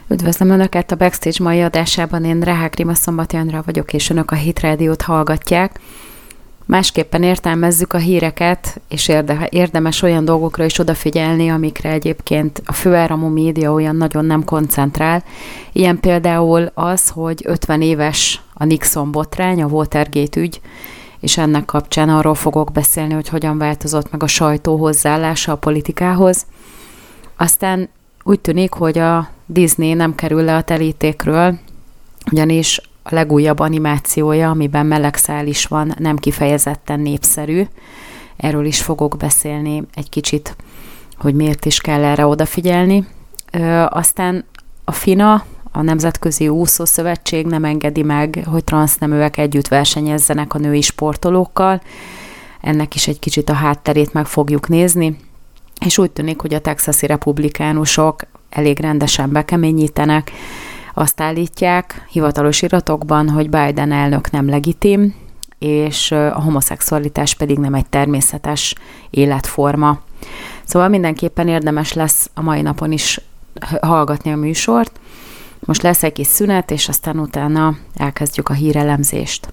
Üdvözlöm Önöket a Backstage mai adásában, én Rehák Rima Szombati Andrea vagyok, és Önök a Hit Rádiót hallgatják. Másképpen értelmezzük a híreket, és érdemes olyan dolgokra is odafigyelni, amikre egyébként a főáramú média olyan nagyon nem koncentrál. Ilyen például az, hogy 50 éves a Nixon botrány, a Watergate ügy, és ennek kapcsán arról fogok beszélni, hogy hogyan változott meg a sajtó hozzáállása a politikához. Aztán úgy tűnik, hogy a Disney nem kerül le a terítékről, ugyanis a legújabb animációja, amiben melegszál is van, nem kifejezetten népszerű. Erről is fogok beszélni egy kicsit, hogy miért is kell erre odafigyelni. Aztán a FINA, a Nemzetközi Úszószövetség nem engedi meg, hogy transzneműek együtt versenyezzenek a női sportolókkal. Ennek is egy kicsit a hátterét meg fogjuk nézni. És úgy tűnik, hogy a texasi republikánusok elég rendesen bekeményítenek. Azt állítják hivatalos iratokban, hogy Biden elnök nem legitim, és a homoszexualitás pedig nem egy természetes életforma. Szóval mindenképpen érdemes lesz a mai napon is hallgatni a műsort. Most lesz egy kis szünet, és aztán utána elkezdjük a hírelemzést.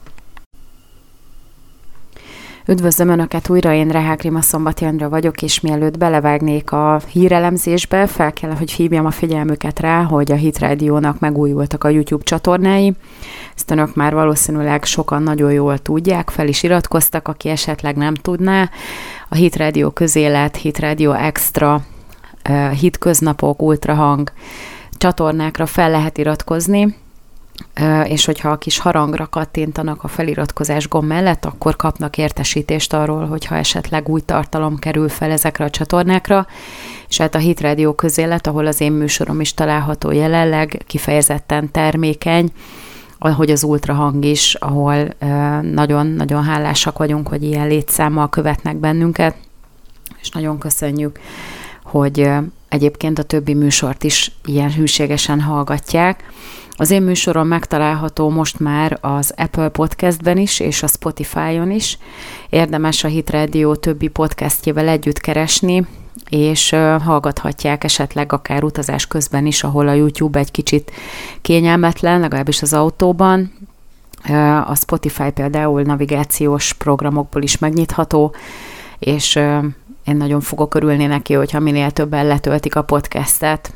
Üdvözlöm Önöket újra, én Rehák Rima Szombati Andrea vagyok, és mielőtt belevágnék a hírelemzésbe, fel kell, hogy hívjam a figyelmüket rá, hogy a Hit Rádiónak megújultak a YouTube csatornái. Ezt Önök már valószínűleg sokan nagyon jól tudják, fel is iratkoztak, aki esetleg nem tudná. A Hit Rádió közélet, Hit Rádió extra, Hit köznapok, ultrahang csatornákra fel lehet iratkozni, és hogyha a kis harangra kattintanak a feliratkozás gomb mellett, akkor kapnak értesítést arról, hogyha esetleg új tartalom kerül fel ezekre a csatornákra, és hát a Hit Rádió közélet, ahol az én műsorom is található jelenleg, kifejezetten termékeny, ahogy az ultrahang is, ahol nagyon-nagyon hálásak vagyunk, hogy ilyen létszámmal követnek bennünket, és nagyon köszönjük, hogy egyébként a többi műsort is ilyen hűségesen hallgatják. Az én műsorom megtalálható most már az Apple Podcastben is, és a Spotify-on is. Érdemes a Hit Rádió többi podcastjével együtt keresni, és hallgathatják esetleg akár utazás közben is, ahol a YouTube egy kicsit kényelmetlen, legalábbis az autóban. A Spotify például navigációs programokból is megnyitható, és én nagyon fogok örülni neki, hogyha minél többen letöltik a podcastet.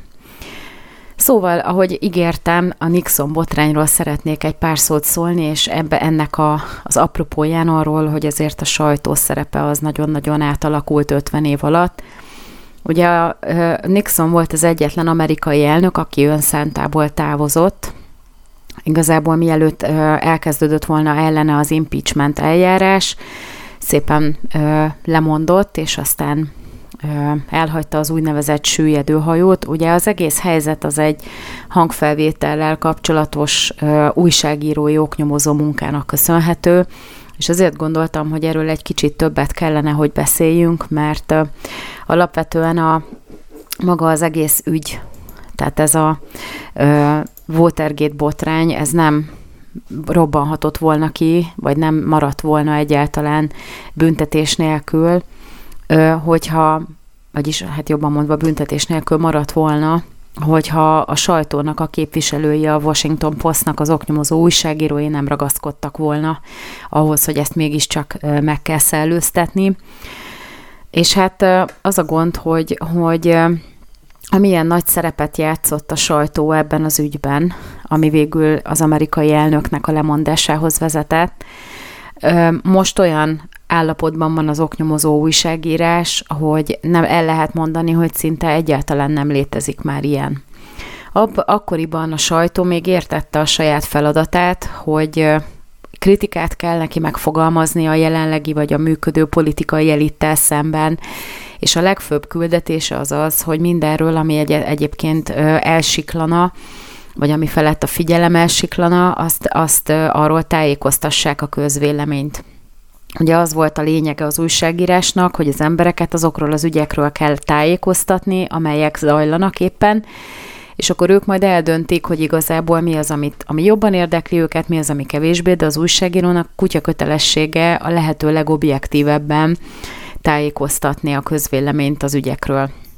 Szóval, ahogy ígértem, a Nixon botrányról szeretnék egy pár szót szólni, és ennek az apropóján arról, hogy ezért a sajtó szerepe az nagyon-nagyon átalakult 50 év alatt. Ugye Nixon volt az egyetlen amerikai elnök, aki önszántából távozott. Igazából mielőtt elkezdődött volna ellene az impeachment eljárás, szépen lemondott, és aztán elhagyta az úgynevezett süllyedőhajót. Ugye az egész helyzet az egy hangfelvétellel kapcsolatos újságírói oknyomozó munkának köszönhető, és azért gondoltam, hogy erről egy kicsit többet kellene, hogy beszéljünk, mert alapvetően maga az egész ügy, tehát ez a Watergate botrány, ez nem robbanhatott volna ki, vagy nem maradt volna egyáltalán büntetés nélkül, vagyis hát jobban mondva büntetés nélkül maradt volna, hogyha a sajtónak a képviselői, a Washington Postnak az oknyomozó újságírói nem ragaszkodtak volna ahhoz, hogy ezt mégiscsak meg kell szellőztetni. És hát az a gond, hogy amilyen nagy szerepet játszott a sajtó ebben az ügyben, ami végül az amerikai elnöknek a lemondásához vezetett, most olyan állapotban van az oknyomozó újságírás, hogy nem el lehet mondani, hogy szinte egyáltalán nem létezik már ilyen. Akkoriban a sajtó még értette a saját feladatát, hogy kritikát kell neki megfogalmazni a jelenlegi vagy a működő politikai elittel szemben, és a legfőbb küldetése az az, hogy mindenről, ami egyébként elsiklana, vagy ami felett a figyelem elsiklana, azt arról tájékoztassák a közvéleményt. Ugye az volt a lényege az újságírásnak, hogy az embereket azokról az ügyekről kell tájékoztatni, amelyek zajlanak éppen, és akkor ők majd eldöntik, hogy igazából mi az, ami jobban érdekli őket, mi az, ami kevésbé, de az újságírónak kutya kötelessége a lehető legobjektívebben tájékoztatni a közvéleményt az ügyekről.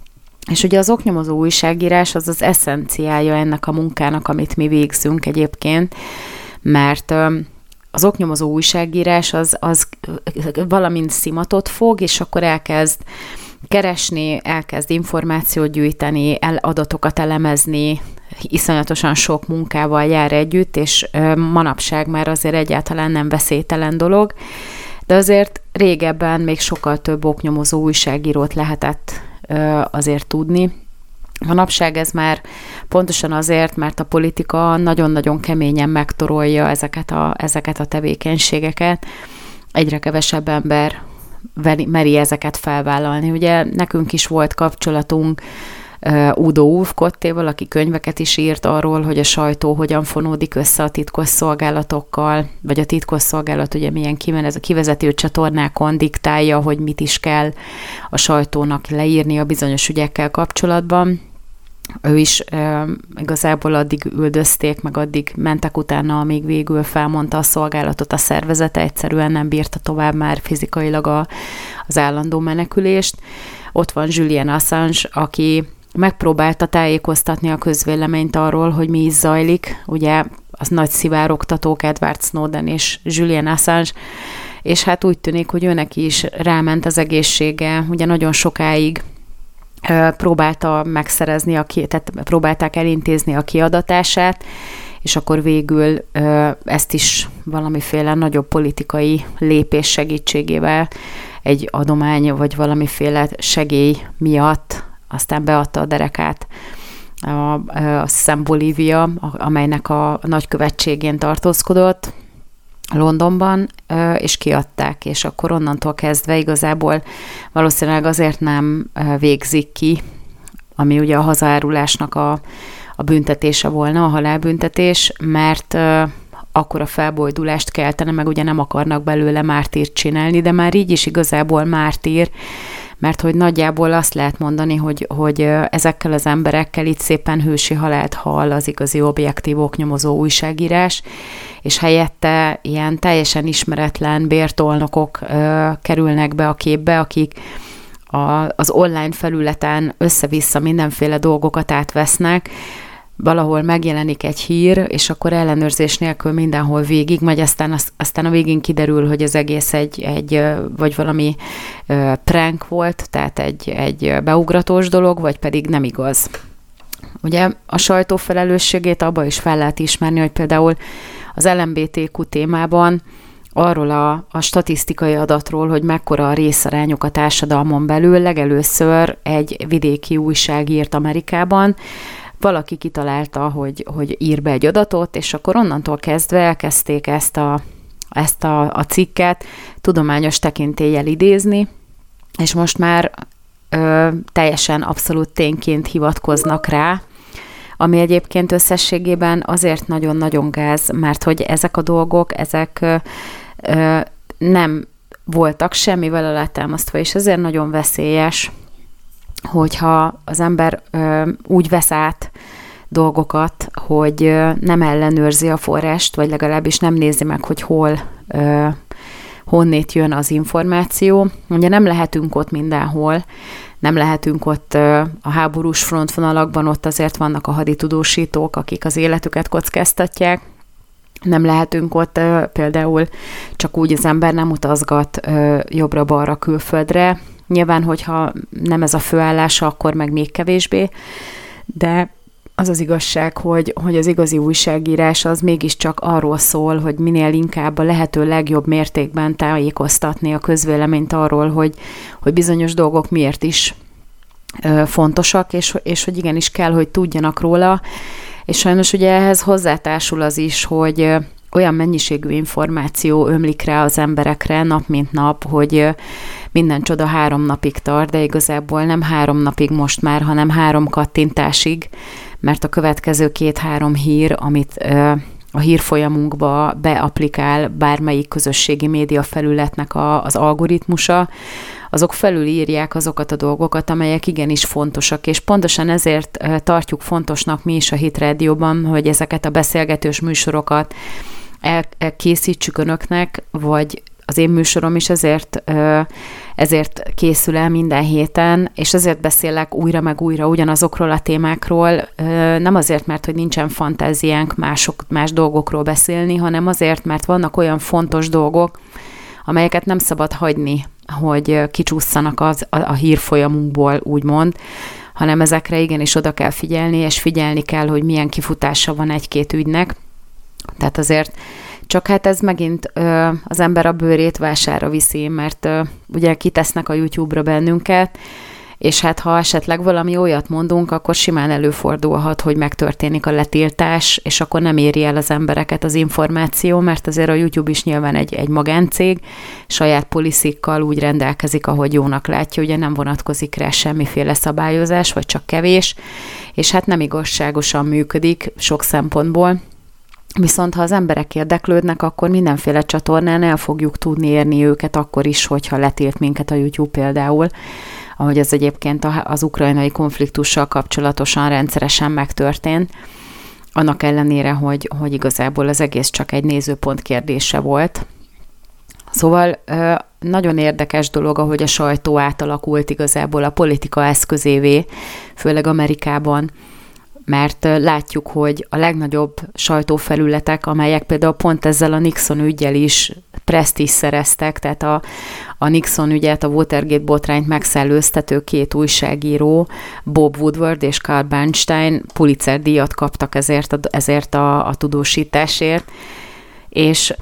És ugye az oknyomozó újságírás az eszenciája ennek a munkának, amit mi végzünk egyébként, mert az oknyomozó újságírás az valamint szimatot fog, és akkor elkezd keresni, elkezd információt gyűjteni, adatokat elemezni, iszonyatosan sok munkával jár együtt, és manapság már azért egyáltalán nem veszélytelen dolog, de azért régebben még sokkal több oknyomozó újságírót lehetett azért tudni. Manapság ez már pontosan azért, mert a politika nagyon-nagyon keményen megtorolja ezeket a tevékenységeket. Egyre kevesebb ember meri ezeket felvállalni. Ugye nekünk is volt kapcsolatunk Udo Ulfkottéval, aki könyveket is írt arról, hogy a sajtó hogyan fonódik össze a titkosszolgálatokkal, vagy a titkosszolgálat ugye milyen kivezető csatornákon diktálja, hogy mit is kell a sajtónak leírni a bizonyos ügyekkel kapcsolatban. Ő is igazából addig üldözték, meg addig mentek utána, amíg végül felmondta a szolgálatot a szervezete, egyszerűen nem bírta tovább már fizikailag az állandó menekülést. Ott van Julian Assange, aki megpróbálta tájékoztatni a közvéleményt arról, hogy mi is zajlik, ugye az nagy szivárogtatók Edward Snowden és Julian Assange, és hát úgy tűnik, hogy őnek is ráment az egészsége, ugye nagyon sokáig próbálta megszerezni, tehát próbálták elintézni a kiadatását, és akkor végül ezt is valamiféle nagyobb politikai lépés segítségével egy adomány vagy valamiféle segély miatt aztán beadta a derekát a Szent Bolívia, amelynek a nagykövetségén tartózkodott Londonban, és kiadták, és akkor onnantól kezdve igazából valószínűleg azért nem végzik ki, ami ugye a hazaárulásnak a büntetése volna, a halálbüntetés, mert akkor a felboldulást keltene, meg ugye nem akarnak belőle mártírt csinálni, de már így is igazából mártír, mert hogy nagyjából azt lehet mondani, hogy ezekkel az emberekkel itt szépen hősi halált hal az igazi objektív oknyomozó újságírás, és helyette ilyen teljesen ismeretlen bértolnokok kerülnek be a képbe, akik az online felületen össze-vissza mindenféle dolgokat átvesznek, valahol megjelenik egy hír, és akkor ellenőrzés nélkül mindenhol végigmegy, aztán a végén kiderül, hogy az egész egy vagy valami prank volt, tehát egy beugratós dolog, vagy pedig nem igaz. Ugye a sajtó felelősségét abba is fel lehet ismerni, hogy például az LMBTQ témában arról a statisztikai adatról, hogy mekkora a részarányok a társadalmon belül, legelőször egy vidéki újság írt Amerikában, valaki kitalálta, hogy ír be egy adatot, és akkor onnantól kezdve elkezdték ezt a cikket tudományos tekintéllyel idézni, és most már teljesen abszolút tényként hivatkoznak rá, ami egyébként összességében azért nagyon-nagyon gáz, mert hogy ezek a dolgok, ezek nem voltak semmivel alátámasztva, és ezért nagyon veszélyes, hogyha az ember úgy vesz át dolgokat, hogy nem ellenőrzi a forrást, vagy legalábbis nem nézi meg, hogy honnét jön az információ. Ugye nem lehetünk ott mindenhol, nem lehetünk ott a háborús frontvonalakban, ott azért vannak a haditudósítók, akik az életüket kockáztatják. Nem lehetünk ott például csak úgy az ember nem utazgat jobbra-balra külföldre. Nyilván, hogyha nem ez a főállása, akkor meg még kevésbé, de az az igazság, hogy az igazi újságírás az mégiscsak arról szól, hogy minél inkább a lehető legjobb mértékben tájékoztatni a közvéleményt arról, hogy bizonyos dolgok miért is fontosak, és hogy igenis kell, hogy tudjanak róla. És sajnos ugye ehhez hozzátársul az is, hogy olyan mennyiségű információ ömlik rá az emberekre nap mint nap, hogy minden csoda 3 napig tart, de igazából nem 3 napig most már, hanem 3 kattintásig, mert a következő 2-3 hír, amit a hírfolyamunkba beapplikál bármelyik közösségi média felületnek az algoritmusa, azok felülírják azokat a dolgokat, amelyek igenis fontosak, és pontosan ezért tartjuk fontosnak mi is a Hit Rádióban, hogy ezeket a beszélgetős műsorokat elkészítsük önöknek, vagy az én műsorom is ezért készül el minden héten, és ezért beszélek újra meg újra ugyanazokról a témákról, nem azért, mert hogy nincsen fantáziánk más dolgokról beszélni, hanem azért, mert vannak olyan fontos dolgok, amelyeket nem szabad hagyni, hogy kicsúszanak a hírfolyamunkból, úgymond, hanem ezekre igenis oda kell figyelni, és figyelni kell, hogy milyen kifutása van egy-két ügynek. Tehát azért csak hát ez megint az ember a bőrét vására viszi, mert ugye kitesznek a YouTube-ra bennünket, és hát ha esetleg valami olyat mondunk, akkor simán előfordulhat, hogy megtörténik a letiltás, és akkor nem éri el az embereket az információ, mert azért a YouTube is nyilván egy magáncég, saját poliszikkal úgy rendelkezik, ahogy jónak látja, ugye nem vonatkozik rá semmiféle szabályozás, vagy csak kevés, és hát nem igazságosan működik sok szempontból. Viszont ha az emberek érdeklődnek, akkor mindenféle csatornán el fogjuk tudni érni őket akkor is, hogyha letilt minket a YouTube például, ahogy ez egyébként az ukrajnai konfliktussal kapcsolatosan rendszeresen megtörtént, annak ellenére, hogy igazából az egész csak egy nézőpont kérdése volt. Szóval nagyon érdekes dolog, ahogy a sajtó átalakult igazából a politika eszközévé, főleg Amerikában, mert látjuk, hogy a legnagyobb sajtófelületek, amelyek például pont ezzel a Nixon üggyel is presztízs szereztek, tehát a Nixon ügyet, a Watergate botrányt megszellőztető két újságíró, Bob Woodward és Carl Bernstein Pulitzer díjat kaptak ezért a tudósításért, és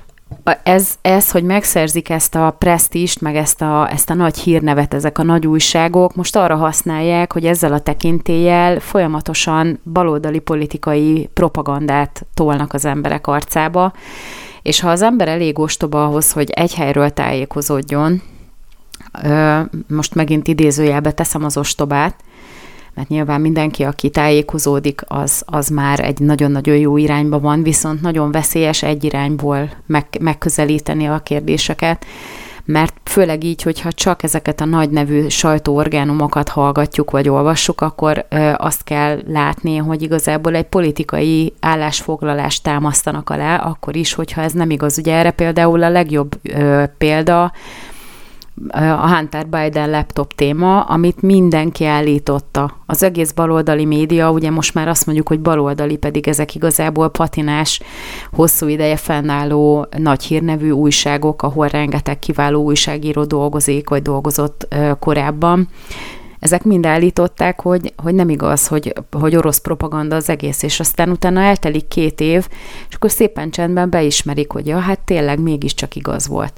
ez, hogy megszerzik ezt a presztízst, meg ezt a nagy hírnevet, ezek a nagy újságok, most arra használják, hogy ezzel a tekintéllyel folyamatosan baloldali politikai propagandát tolnak az emberek arcába, és ha az ember elég ostoba ahhoz, hogy egy helyről tájékozódjon, most megint idézőjelbe teszem az ostobát, mert nyilván mindenki, aki tájékozódik, az már egy nagyon-nagyon jó irányba van, viszont nagyon veszélyes egy irányból megközelíteni a kérdéseket, mert főleg így, hogyha csak ezeket a nagy nevű sajtóorgánumokat hallgatjuk, vagy olvassuk, akkor azt kell látni, hogy igazából egy politikai állásfoglalást támasztanak alá, akkor is, hogyha ez nem igaz. Ugye erre például a legjobb példa a Hunter Biden laptop téma, amit mindenki állította. Az egész baloldali média, ugye most már azt mondjuk, hogy baloldali, pedig ezek igazából patinás, hosszú ideje fennálló nagy hírnevű újságok, ahol rengeteg kiváló újságíró dolgozik, vagy dolgozott korábban. Ezek mind állították, hogy nem igaz, hogy orosz propaganda az egész, és aztán utána eltelik 2 év, és akkor szépen csendben beismerik, hogy ja, hát tényleg mégiscsak igaz volt.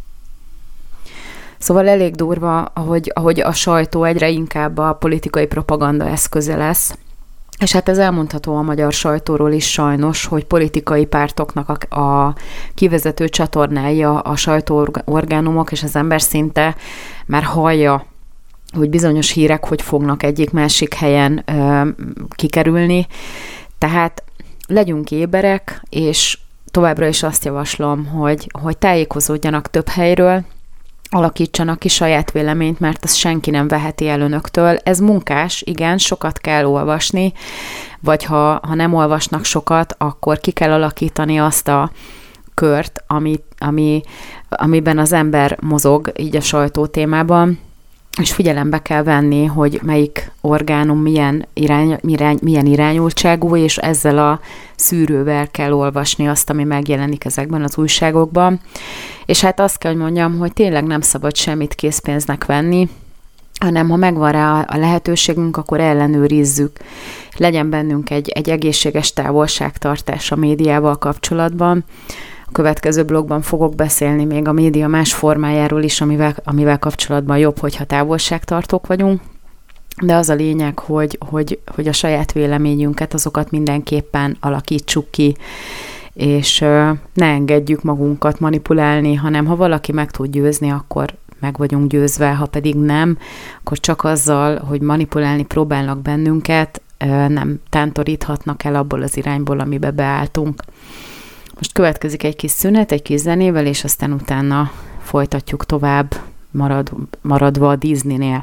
Szóval elég durva, ahogy a sajtó egyre inkább a politikai propaganda eszköze lesz. És hát ez elmondható a magyar sajtóról is sajnos, hogy politikai pártoknak a kivezető csatornái a sajtóorgánumok, és az ember szinte már hallja, hogy bizonyos hírek hogy fognak egyik-másik helyen kikerülni. Tehát legyünk éberek, és továbbra is azt javaslom, hogy tájékozódjanak több helyről, alakítsanak ki saját véleményt, mert ezt senki nem veheti el önöktől. Ez munkás, igen, sokat kell olvasni, vagy ha nem olvasnak sokat, akkor ki kell alakítani azt a kört, amiben az ember mozog, így a sajtó témában, és figyelembe kell venni, hogy melyik orgánum milyen irányultságú, és ezzel a szűrővel kell olvasni azt, ami megjelenik ezekben az újságokban. És hát azt kell, hogy mondjam, hogy tényleg nem szabad semmit készpénznek venni, hanem ha megvan rá a lehetőségünk, akkor ellenőrizzük. Legyen bennünk egy egészséges távolságtartás a médiával kapcsolatban. A következő blogban fogok beszélni még a média más formájáról is, amivel kapcsolatban jobb, hogyha távolságtartók vagyunk. De az a lényeg, hogy a saját véleményünket, azokat mindenképpen alakítsuk ki, és ne engedjük magunkat manipulálni, hanem ha valaki meg tud győzni, akkor meg vagyunk győzve, ha pedig nem, akkor csak azzal, hogy manipulálni próbálnak bennünket, nem tántoríthatnak el abból az irányból, amibe beálltunk. Most következik egy kis szünet, egy kis zenével, és aztán utána folytatjuk tovább, maradva a Disneynél.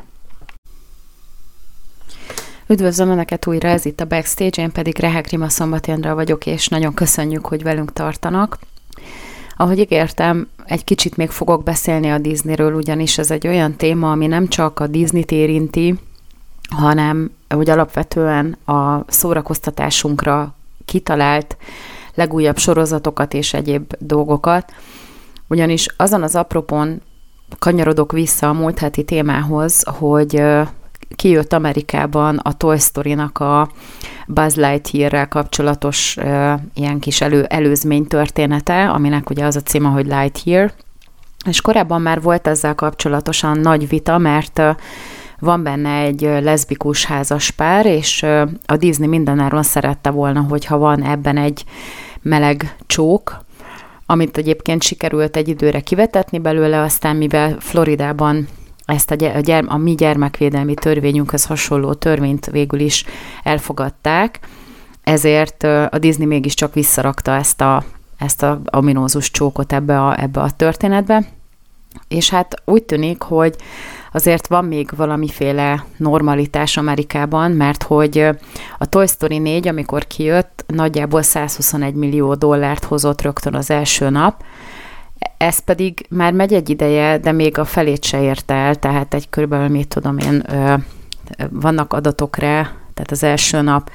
Üdvözlöm Önöket újra, ez itt a Backstage, én pedig Rehek Rima Szombatjandra vagyok, és nagyon köszönjük, hogy velünk tartanak. Ahogy ígértem, egy kicsit még fogok beszélni a Disneyről, ugyanis ez egy olyan téma, ami nem csak a Disneyt érinti, hanem hogy alapvetően a szórakoztatásunkra kitalált legújabb sorozatokat és egyéb dolgokat, ugyanis azon az apropon kanyarodok vissza a múlt heti témához, hogy kijött Amerikában a Toy Story-nak a Buzz Lightyear-rel kapcsolatos ilyen kis előzmény története, aminek ugye az a címe, hogy Lightyear, és korábban már volt ezzel kapcsolatosan nagy vita, mert van benne egy leszbikus házaspár, és a Disney mindenáron szerette volna, hogyha van ebben egy meleg csók, amit egyébként sikerült egy időre kivetetni belőle, aztán mivel Floridában ezt a mi gyermekvédelmi törvényünkhöz hasonló törvényt végül is elfogadták, ezért a Disney mégiscsak visszarakta ezt a ominózus csókot ebbe a történetbe, és hát úgy tűnik, hogy azért van még valamiféle normalitás Amerikában, mert hogy a Toy Story 4, amikor kijött, nagyjából $121 millió hozott rögtön az első nap, ez pedig már megy egy ideje, de még a felét se érte el, tehát egy körülbelül, mit tudom én, vannak adatok rá, tehát az első nap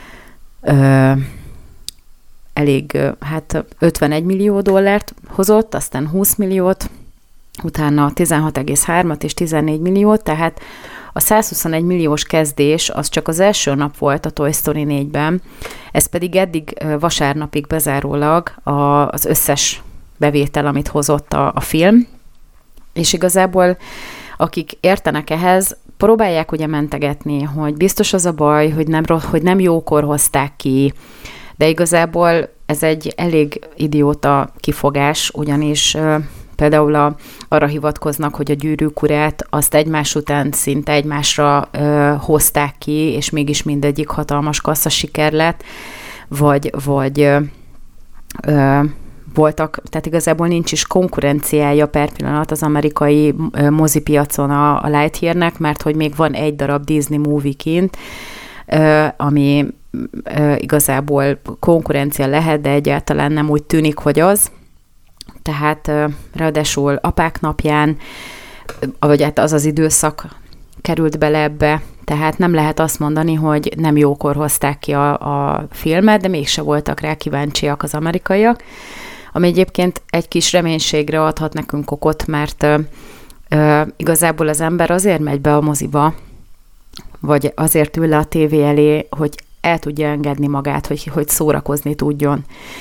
elég, hát $51 millió hozott, aztán 20 milliót, utána 16,3-at és 14 milliót, tehát a 121 milliós kezdés az csak az első nap volt a Toy Story 4-ben, ez pedig eddig vasárnapig bezárólag az összes bevétel, amit hozott a film, és igazából akik értenek ehhez, próbálják ugye mentegetni, hogy biztos az a baj, hogy nem jókor hozták ki, de igazából ez egy elég idióta kifogás, ugyanis például arra hivatkoznak, hogy a Gyűrűk urát azt egymás után szinte egymásra hozták ki, és mégis mindegyik hatalmas kasszasiker lett, vagy voltak, tehát igazából nincs is konkurenciája per pillanat az amerikai mozipiacon a Lightyearnek, mert hogy még van egy darab Disney movie kint, ami igazából konkurencia lehet, de egyáltalán nem úgy tűnik, hogy az. Tehát ráadásul apák napján, vagy hát az időszak került bele ebbe, tehát nem lehet azt mondani, hogy nem jókor hozták ki a filmet, de mégse voltak rá kíváncsiak az amerikaiak, ami egyébként egy kis reménységre adhat nekünk okot, mert igazából az ember azért megy be a moziba, vagy azért ül le a tévé elé, hogy el tudja engedni magát, hogy szórakozni tudjon.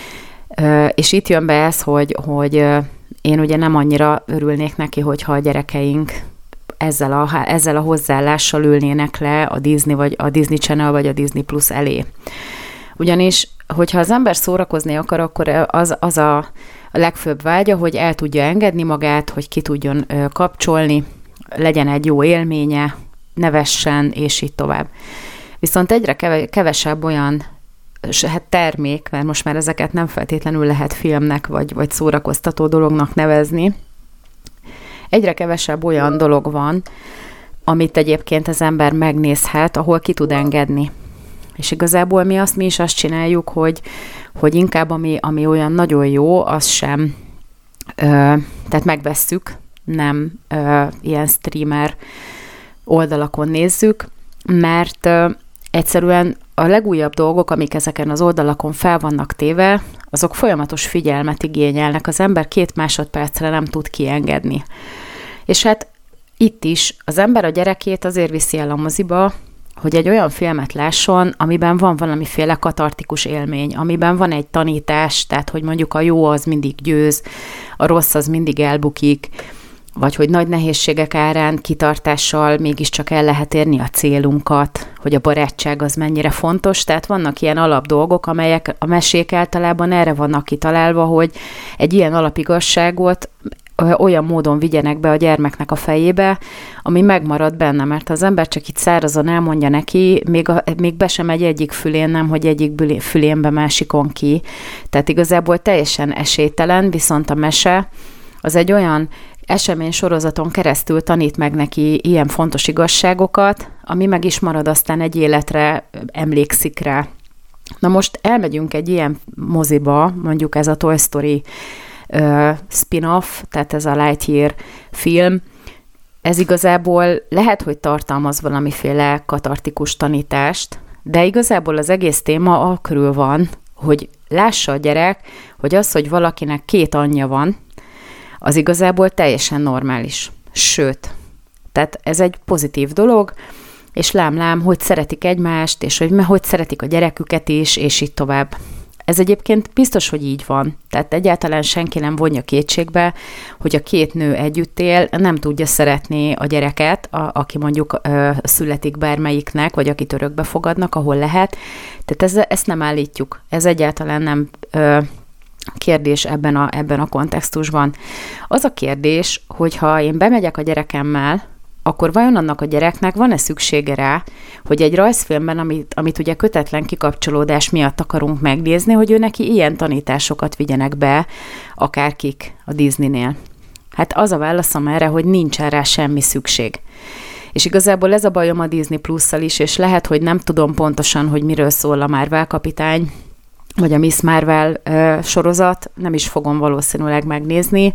És itt jön be ez, hogy én ugye nem annyira örülnék neki, hogyha a gyerekeink ezzel a hozzáállással ülnének le a Disney, vagy a Disney Channel, vagy a Disney Plus elé. Ugyanis, hogyha az ember szórakozni akar, akkor az a legfőbb vágya, hogy el tudja engedni magát, hogy ki tudjon kapcsolni, legyen egy jó élménye, nevessen, és így tovább. Viszont egyre kevesebb olyan termék, mert most már ezeket nem feltétlenül lehet filmnek, vagy szórakoztató dolognak nevezni. Egyre kevesebb olyan dolog van, amit egyébként az ember megnézhet, ahol ki tud engedni. És igazából mi is azt csináljuk, hogy inkább ami olyan nagyon jó, az sem, tehát megvesszük, nem ilyen streamer oldalakon nézzük, mert egyszerűen a legújabb dolgok, amik ezeken az oldalakon fel vannak téve, azok folyamatos figyelmet igényelnek, az ember 2 másodpercre nem tud kiengedni. És hát itt is az ember a gyerekét azért viszi el a moziba, hogy egy olyan filmet lásson, amiben van valamiféle katartikus élmény, amiben van egy tanítás, tehát hogy mondjuk a jó az mindig győz, a rossz az mindig elbukik, vagy hogy nagy nehézségek árán kitartással mégiscsak el lehet érni a célunkat, hogy a barátság az mennyire fontos, tehát vannak ilyen alapdolgok, amelyek a mesék általában erre vannak kitalálva, hogy egy ilyen alapigazságot olyan módon vigyenek be a gyermeknek a fejébe, ami megmarad benne, mert az ember csak itt szárazon elmondja neki, még be sem megy egyik fülén, nem, hogy egyik fülénbe másikon ki. Tehát igazából teljesen esélytelen, viszont a mese az egy olyan esemény sorozaton keresztül tanít meg neki ilyen fontos igazságokat, ami meg is marad, aztán egy életre emlékszik rá. Na most elmegyünk egy ilyen moziba, mondjuk ez a Toy Story spin-off, tehát ez a Lightyear film, ez igazából lehet, hogy tartalmaz valamiféle katartikus tanítást, de igazából az egész téma akörül van, hogy lássa a gyerek, hogy az, hogy valakinek 2 anyja van, az igazából teljesen normális. Sőt, tehát ez egy pozitív dolog, és lám, hogy szeretik egymást, és hogy szeretik a gyereküket is, és így tovább. Ez egyébként biztos, hogy így van. Tehát egyáltalán senki nem vonja kétségbe, hogy a 2 nő együtt él, nem tudja szeretni a gyereket, aki mondjuk születik bármelyiknek, vagy akit örökbe fogadnak, ahol lehet. Tehát ezt nem állítjuk. Ez egyáltalán nem kérdés ebben a kontextusban. Az a kérdés, hogyha én bemegyek a gyerekemmel, akkor vajon annak a gyereknek van-e szüksége rá, hogy egy rajzfilmben, amit ugye kötetlen kikapcsolódás miatt akarunk megnézni, hogy ő neki ilyen tanításokat vigyenek be, akárkik a Disneynél? Hát az a válaszom erre, hogy nincsen rá semmi szükség. És igazából ez a bajom a Disney Plusszal is, és lehet, hogy nem tudom pontosan, hogy miről szól a Marvel kapitány, vagy a Miss Marvel sorozat, nem is fogom valószínűleg megnézni,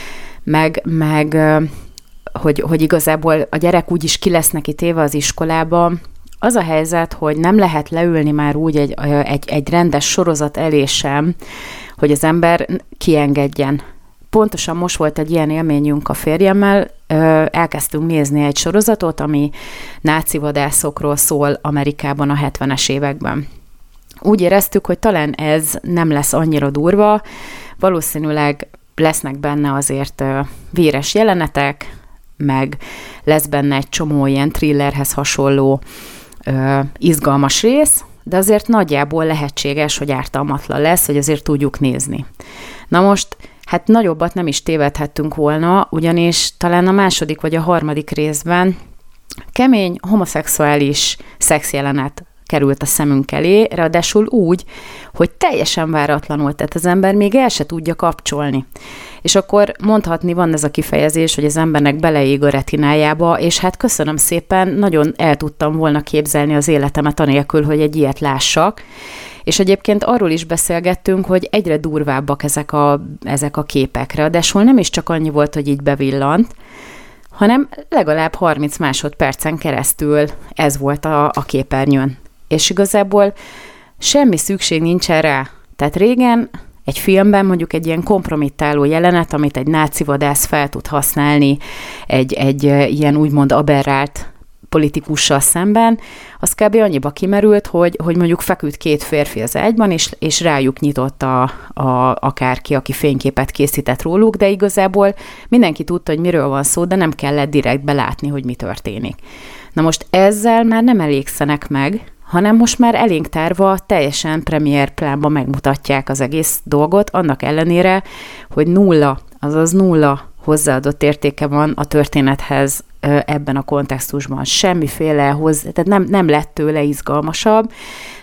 hogy igazából a gyerek úgyis ki lesz neki téve az iskolába. Az a helyzet, hogy nem lehet leülni már úgy egy rendes sorozat elé sem, hogy az ember kiengedjen. Pontosan most volt egy ilyen élményünk a férjemmel, elkezdtünk nézni egy sorozatot, ami náci vadászokról szól Amerikában a 70-es években. Úgy éreztük, hogy talán ez nem lesz annyira durva, valószínűleg lesznek benne azért véres jelenetek, meg lesz benne egy csomó ilyen thrillerhez hasonló izgalmas rész, de azért nagyjából lehetséges, hogy ártalmatlan lesz, hogy azért tudjuk nézni. Na most, hát nagyobbat nem is tévedhettünk volna, ugyanis talán a 2. vagy a 3. részben kemény, homoszexuális szexjelenet került a szemünk elé, ráadásul úgy, hogy teljesen váratlanul, tehát az ember még el se tudja kapcsolni. És akkor mondhatni van ez a kifejezés, hogy az embernek beleég a retinájába, és hát köszönöm szépen, nagyon el tudtam volna képzelni az életemet anélkül, hogy egy ilyet lássak. És egyébként arról is beszélgettünk, hogy egyre durvábbak ezek a képek, ráadásul nem is csak annyi volt, hogy így bevillant, hanem legalább 30 másodpercen keresztül ez volt a képernyőn. És igazából semmi szükség nincsen rá. Tehát régen egy filmben mondjuk egy ilyen kompromittáló jelenet, amit egy náci vadász fel tud használni egy ilyen úgymond aberrált politikussal szemben, az kb. Annyiba kimerült, hogy mondjuk feküdt 2 férfi az ágyban, és rájuk nyitott akárki, aki fényképet készített róluk, de igazából mindenki tudta, hogy miről van szó, de nem kellett direkt belátni, hogy mi történik. Na most ezzel már nem elégszenek meg, hanem most már elénk tárva teljesen premier plánban megmutatják az egész dolgot, annak ellenére, hogy nulla hozzáadott értéke van a történethez ebben a kontextusban. Semmiféle tehát nem lett tőle izgalmasabb,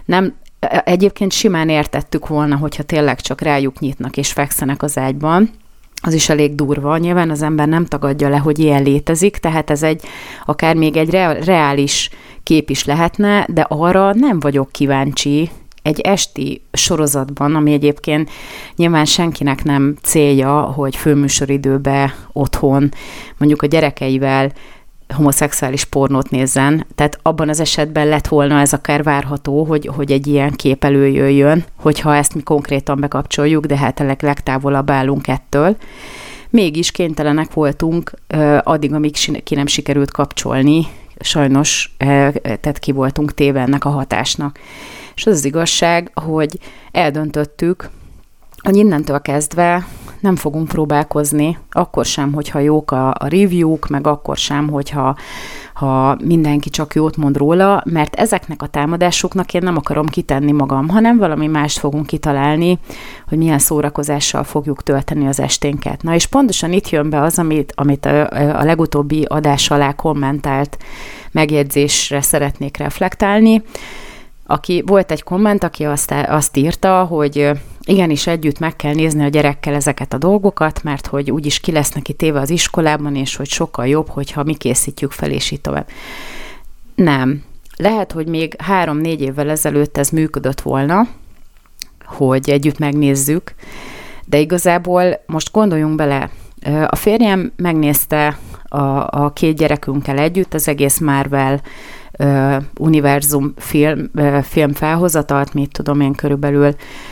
egyébként simán értettük volna, hogyha tényleg csak rájuk nyitnak és fekszenek az ágyban. Az is elég durva. Nyilván az ember nem tagadja le, hogy ilyen létezik, tehát ez akár még egy reális kép is lehetne, de arra nem vagyok kíváncsi egy esti sorozatban, ami egyébként nyilván senkinek nem célja, hogy főműsoridőbe otthon mondjuk a gyerekeivel homoszexuális pornót nézzen, tehát abban az esetben lett volna ez akár várható, hogy egy ilyen kép előjöjjön, hogyha ezt mi konkrétan bekapcsoljuk, de hát a legtávolabb állunk ettől. Mégis kénytelenek voltunk addig, amíg ki nem sikerült kapcsolni, sajnos, tehát ki voltunk téve ennek a hatásnak. És az igazság, hogy eldöntöttük, hogy innentől kezdve nem fogunk próbálkozni, akkor sem, hogyha jók a review-k, meg akkor sem, hogyha mindenki csak jót mond róla, mert ezeknek a támadásoknak én nem akarom kitenni magam, hanem valami mást fogunk kitalálni, hogy milyen szórakozással fogjuk tölteni az esténket. Na és pontosan itt jön be az, amit a legutóbbi adás alá kommentált megjegyzésre szeretnék reflektálni. Volt egy komment, aki azt írta, hogy igenis együtt meg kell nézni a gyerekkel ezeket a dolgokat, mert hogy úgyis ki lesz neki téve az iskolában, és hogy sokkal jobb, hogyha mi készítjük fel, és így tovább. Nem. Lehet, hogy még 3-4 évvel ezelőtt ez működött volna, hogy együtt megnézzük, De igazából most gondoljunk bele, a férjem megnézte a két gyerekünkkel együtt az egész Marvel univerzum film felhozatalt, mit tudom én, körülbelül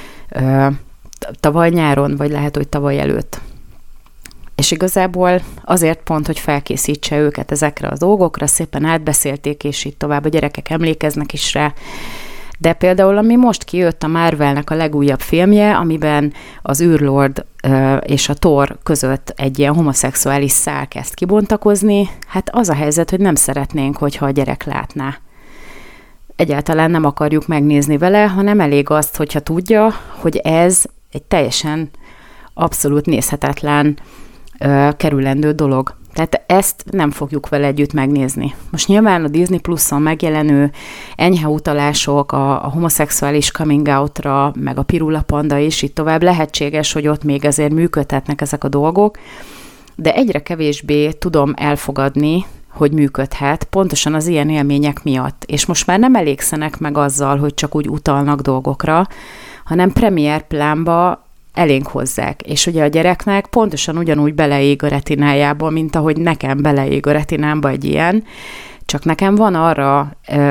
tavaly nyáron, vagy lehet, hogy tavaly előtt. És igazából azért pont, hogy felkészítse őket ezekre a dolgokra, szépen átbeszélték, és így tovább a gyerekek emlékeznek is rá. De például, ami most kijött a Marvelnek a legújabb filmje, amiben az űrlord és a Thor között egy ilyen homoszexuális szál kezd kibontakozni, hát az a helyzet, hogy nem szeretnénk, hogyha a gyerek látná. Egyáltalán nem akarjuk megnézni vele, hanem elég azt, hogyha tudja, hogy ez egy teljesen abszolút nézhetetlen kerülendő dolog. Tehát ezt nem fogjuk vele együtt megnézni. Most nyilván a Disney Pluson megjelenő enyhe utalások a homoszexuális coming out-ra, meg a Pirula Panda és így tovább lehetséges, hogy ott még azért működhetnek ezek a dolgok, de egyre kevésbé tudom elfogadni, hogy működhet, pontosan az ilyen élmények miatt. És most már nem elégszenek meg azzal, hogy csak úgy utalnak dolgokra, hanem premier plánba elénk hozzák. És ugye a gyereknek pontosan ugyanúgy beleég a retinájába, mint ahogy nekem beleég a retinámba egy ilyen, csak nekem van arra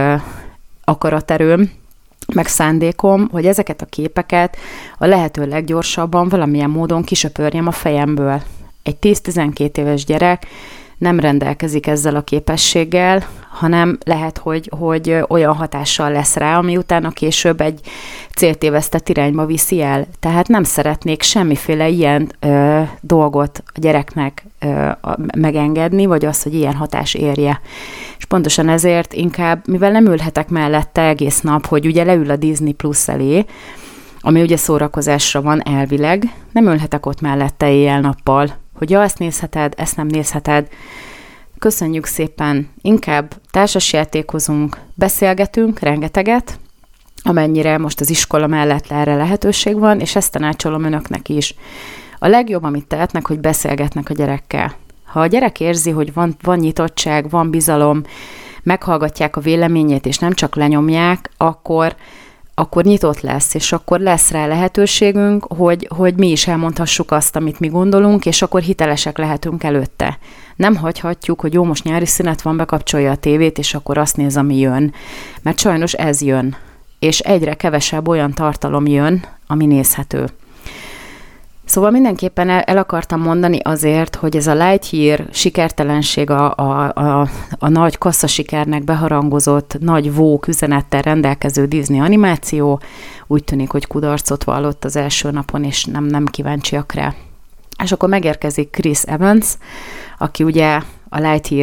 akaraterőm, meg szándékom, hogy ezeket a képeket a lehető leggyorsabban valamilyen módon kisöpörjem a fejemből. Egy 10-12 éves gyerek nem rendelkezik ezzel a képességgel, hanem lehet, hogy olyan hatással lesz rá, ami utána később egy céltévesztett irányba viszi el. Tehát nem szeretnék semmiféle ilyen dolgot a gyereknek megengedni, vagy az, hogy ilyen hatás érje. És pontosan ezért inkább, mivel nem ülhetek mellette egész nap, hogy ugye leül a Disney Plus elé, ami ugye szórakozásra van elvileg, nem ülhetek ott mellette éjjel-nappal, hogy ja, ezt nézheted, ezt nem nézheted. Köszönjük szépen, inkább társasjátékozunk, beszélgetünk rengeteget, amennyire most az iskola mellett erre lehetőség van, és ezt tanácsolom önöknek is. A legjobb, amit tehetnek, hogy beszélgetnek a gyerekkel. Ha a gyerek érzi, hogy van nyitottság, van bizalom, meghallgatják a véleményét, és nem csak lenyomják, akkor nyitott lesz, és akkor lesz rá lehetőségünk, hogy mi is elmondhassuk azt, amit mi gondolunk, és akkor hitelesek lehetünk előtte. Nem hagyhatjuk, hogy jó, most nyári szünet van, bekapcsolja a tévét, és akkor azt néz, ami jön. Mert sajnos ez jön. És egyre kevesebb olyan tartalom jön, ami nézhető. Szóval mindenképpen el akartam mondani azért, hogy ez a Lightyear sikertelenség, a nagy kasszasikernek beharangozott, nagy vók üzenettel rendelkező Disney animáció úgy tűnik, hogy kudarcot vallott az első napon, és nem kíváncsiak rá. És akkor megérkezik Chris Evans, aki ugye a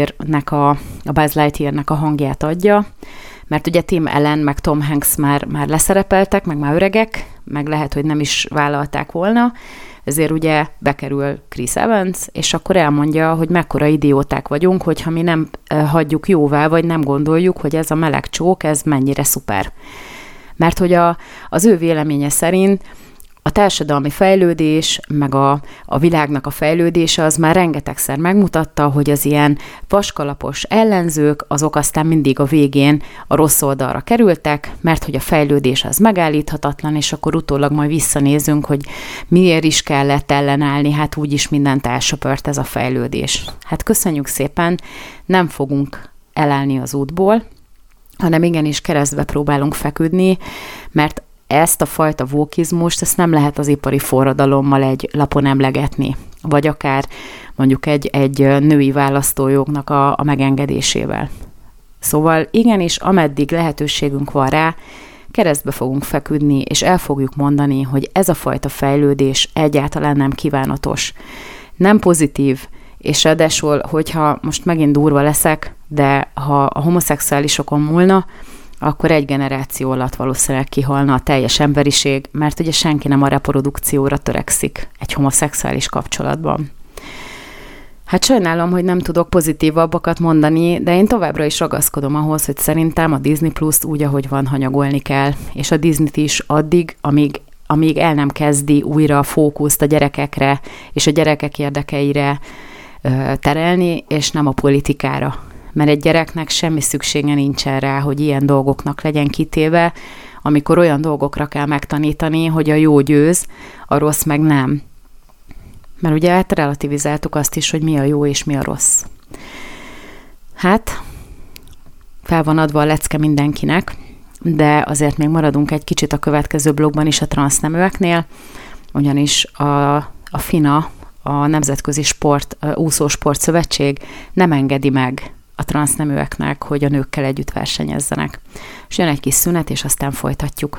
Buzz Lightyearnek a hangját adja, mert ugye Tim Allen meg Tom Hanks már leszerepeltek, meg már öregek, meg lehet, hogy nem is vállalták volna, ezért ugye bekerül Chris Evans, és akkor elmondja, hogy mekkora idióták vagyunk, hogyha mi nem hagyjuk jóvá, vagy nem gondoljuk, hogy ez a meleg csók, ez mennyire szuper. Mert hogy az ő véleménye szerint a társadalmi fejlődés, meg a világnak a fejlődése az már rengetegszer megmutatta, hogy az ilyen vaskalapos ellenzők, azok aztán mindig a végén a rossz oldalra kerültek, mert hogy a fejlődés az megállíthatatlan, és akkor utólag majd visszanézünk, hogy miért is kellett ellenállni, hát úgyis mindent elsöpört ez a fejlődés. Hát köszönjük szépen, nem fogunk elállni az útból, hanem igenis keresztbe próbálunk feküdni, mert ezt a fajta vókizmust, ezt nem lehet az ipari forradalommal egy lapon emlegetni, vagy akár mondjuk egy női választójognak a megengedésével. Szóval igenis, ameddig lehetőségünk van rá, keresztbe fogunk feküdni, és el fogjuk mondani, hogy ez a fajta fejlődés egyáltalán nem kívánatos, nem pozitív, és ráadásul, hogyha most megint durva leszek, de ha a homoszexuálisokon múlna, akkor egy generáció alatt valószínűleg kihalna a teljes emberiség, mert ugye senki nem a reprodukcióra törekszik egy homoszexuális kapcsolatban. Hát sajnálom, hogy nem tudok pozitívabbakat mondani, de én továbbra is ragaszkodom ahhoz, hogy szerintem a Disney Plus-t úgy, ahogy van, hanyagolni kell, és a Disney-t is addig, amíg el nem kezdi újra a fókuszt a gyerekekre és a gyerekek érdekeire terelni, és nem a politikára. Mert egy gyereknek semmi szüksége nincsen rá, hogy ilyen dolgoknak legyen kitéve, amikor olyan dolgokra kell megtanítani, hogy a jó győz, a rossz meg nem. Mert ugye relativizáltuk azt is, hogy mi a jó és mi a rossz. Hát, fel van adva a lecke mindenkinek, de azért még maradunk egy kicsit a következő blogban is a transzneműeknél, ugyanis a FINA, a Nemzetközi Úszósport Szövetség nem engedi meg a transzneműeknek, hogy a nőkkel együtt versenyezzenek. És jön egy kis szünet, és aztán folytatjuk.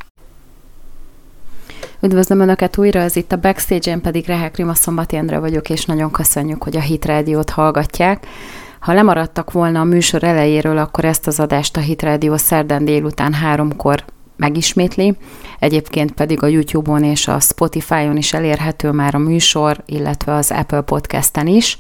Üdvözlöm Önöket újra, ez itt a Backstage, én pedig Rehák Rima Szombati Endre vagyok, és nagyon köszönjük, hogy a Hit Rádiót hallgatják. Ha lemaradtak volna a műsor elejéről, akkor ezt az adást a Hit Rádió szerdán délután 3-kor megismétli. Egyébként pedig a YouTube-on és a Spotify-on is elérhető már a műsor, illetve az Apple Podcast-en is.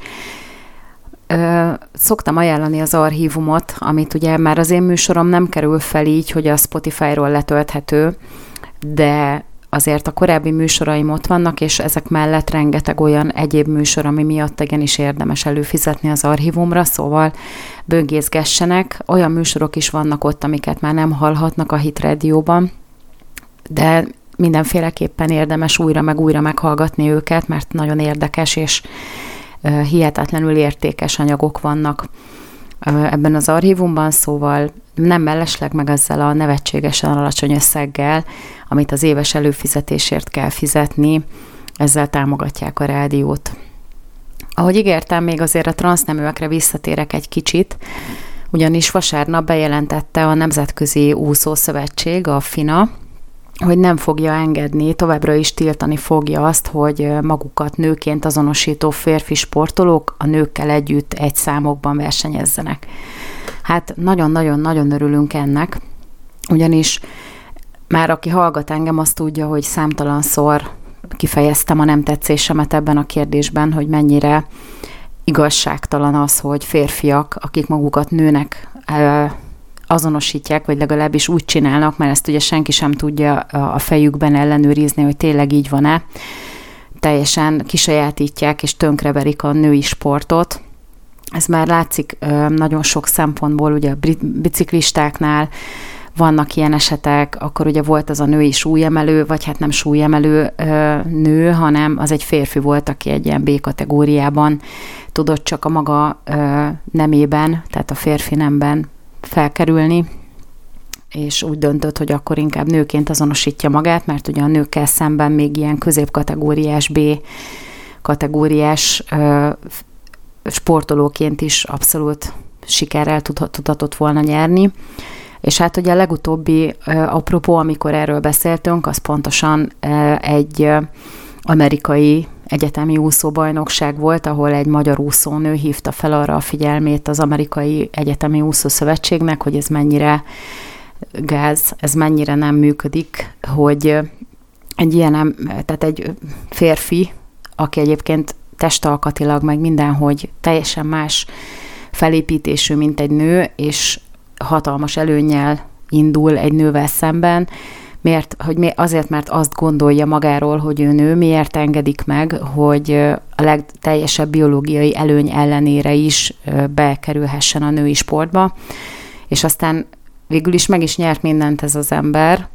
Szoktam ajánlani az archívumot, amit ugye már az én műsorom nem kerül fel így, hogy a Spotify-ról letölthető, de azért a korábbi műsoraim ott vannak, és ezek mellett rengeteg olyan egyéb műsor, ami miatt igenis érdemes előfizetni az archívumra, szóval böngészgessenek. Olyan műsorok is vannak ott, amiket már nem hallhatnak a Hit Rádióban, de mindenféleképpen érdemes újra meghallgatni őket, mert nagyon érdekes és hihetetlenül értékes anyagok vannak ebben az archívumban, szóval nem mellesleg meg ezzel a nevetségesen alacsony összeggel, amit az éves előfizetésért kell fizetni, ezzel támogatják a rádiót. Ahogy ígértem, még azért a transzneműekre visszatérek egy kicsit, ugyanis vasárnap bejelentette a Nemzetközi Úszószövetség, a FINA, hogy nem fogja engedni, továbbra is tiltani fogja azt, hogy magukat nőként azonosító férfi sportolók a nőkkel együtt egy számokban versenyezzenek. Hát nagyon-nagyon-nagyon örülünk ennek, ugyanis már aki hallgat engem, azt tudja, hogy számtalanszor kifejeztem a nem tetszésemet ebben a kérdésben, hogy mennyire igazságtalan az, hogy férfiak, akik magukat nőnek azonosítják, vagy legalábbis úgy csinálnak, mert ezt ugye senki sem tudja a fejükben ellenőrizni, hogy tényleg így van-e. Teljesen kisajátítják és tönkreverik a női sportot. Ez már látszik nagyon sok szempontból, ugye a biciklistáknál vannak ilyen esetek, akkor ugye volt az a női súlyemelő, vagy hát nem súlyemelő nő, hanem az egy férfi volt, aki egy ilyen B kategóriában tudott csak a maga nemében, tehát a férfi nemben felkerülni, és úgy döntött, hogy akkor inkább nőként azonosítja magát, mert ugye a nőkkel szemben még ilyen középkategóriás, B kategóriás sportolóként is abszolút sikerrel tudhatott volna nyerni. És hát ugye a legutóbbi apropó, amikor erről beszéltünk, az pontosan egy amerikai egyetemi úszóbajnokság volt, ahol egy magyar úszónő hívta fel arra a figyelmét az Amerikai Egyetemi Úszószövetségnek, hogy ez mennyire gáz, ez mennyire nem működik, hogy egy ilyen, tehát egy férfi, aki egyébként testalkatilag meg mindenhogy teljesen más felépítésű, mint egy nő, és hatalmas előnnyel indul egy nővel szemben, azért, mert azt gondolja magáról, hogy ő nő, miért engedik meg, hogy a legteljesebb biológiai előny ellenére is bekerülhessen a női sportba, és aztán végül is meg is nyert mindent ez az ember,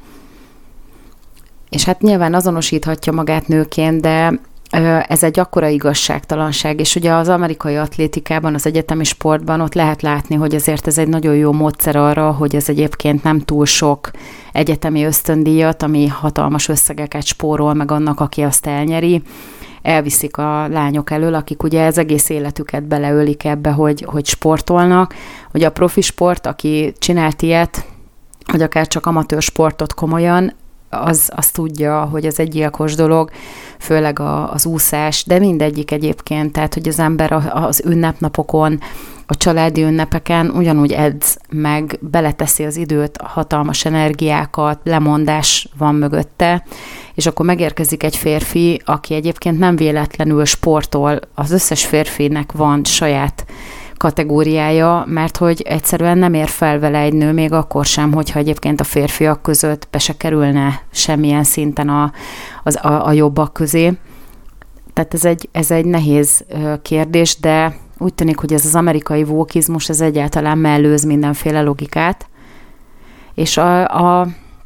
és hát nyilván azonosíthatja magát nőként, de ez egy akkora igazságtalanság, és ugye az amerikai atlétikában, az egyetemi sportban ott lehet látni, hogy azért ez egy nagyon jó módszer arra, hogy ez egyébként nem túl sok egyetemi ösztöndíjat, ami hatalmas összegeket spórol meg annak, aki azt elnyeri, elviszik a lányok elől, akik ugye az egész életüket beleölik ebbe, hogy sportolnak. Ugye a profi sport, aki csinált ilyet, vagy akár csak amatőr sportot komolyan, az tudja, hogy ez egy gyilkos dolog, főleg az úszás, de mindegyik egyébként, tehát, hogy az ember az ünnepnapokon, a családi ünnepeken ugyanúgy edz, meg beleteszi az időt, hatalmas energiákat, lemondás van mögötte, és akkor megérkezik egy férfi, aki egyébként nem véletlenül sportol, az összes férfinek van saját kategóriája, mert hogy egyszerűen nem ér fel vele egy nő, még akkor sem, hogyha egyébként a férfiak között be se kerülne semmilyen szinten a jobbak közé. Tehát ez egy nehéz kérdés, de úgy tűnik, hogy ez az amerikai vókizmus, ez egyáltalán mellőz mindenféle logikát. És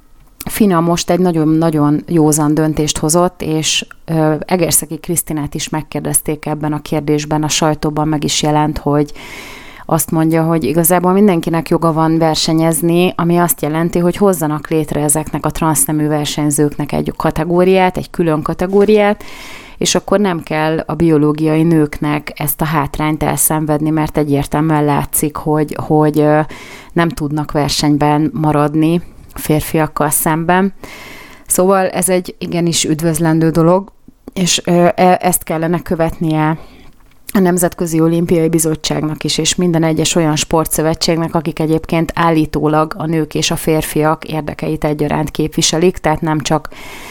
FINA most egy nagyon-nagyon józan döntést hozott, és Egerszegi Krisztinát is megkérdezték ebben a kérdésben, a sajtóban meg is jelent, hogy azt mondja, hogy igazából mindenkinek joga van versenyezni, ami azt jelenti, hogy hozzanak létre ezeknek a transznemű versenyzőknek egy kategóriát, egy külön kategóriát, és akkor nem kell a biológiai nőknek ezt a hátrányt elszenvedni, mert egyértelműen látszik, hogy nem tudnak versenyben maradni férfiakkal szemben. Szóval ez egy igenis üdvözlendő dolog, és ezt kellene követnie a Nemzetközi Olimpiai Bizottságnak is, és minden egyes olyan sportszövetségnek, akik egyébként állítólag a nők és a férfiak érdekeit egyaránt képviselik, tehát nem csak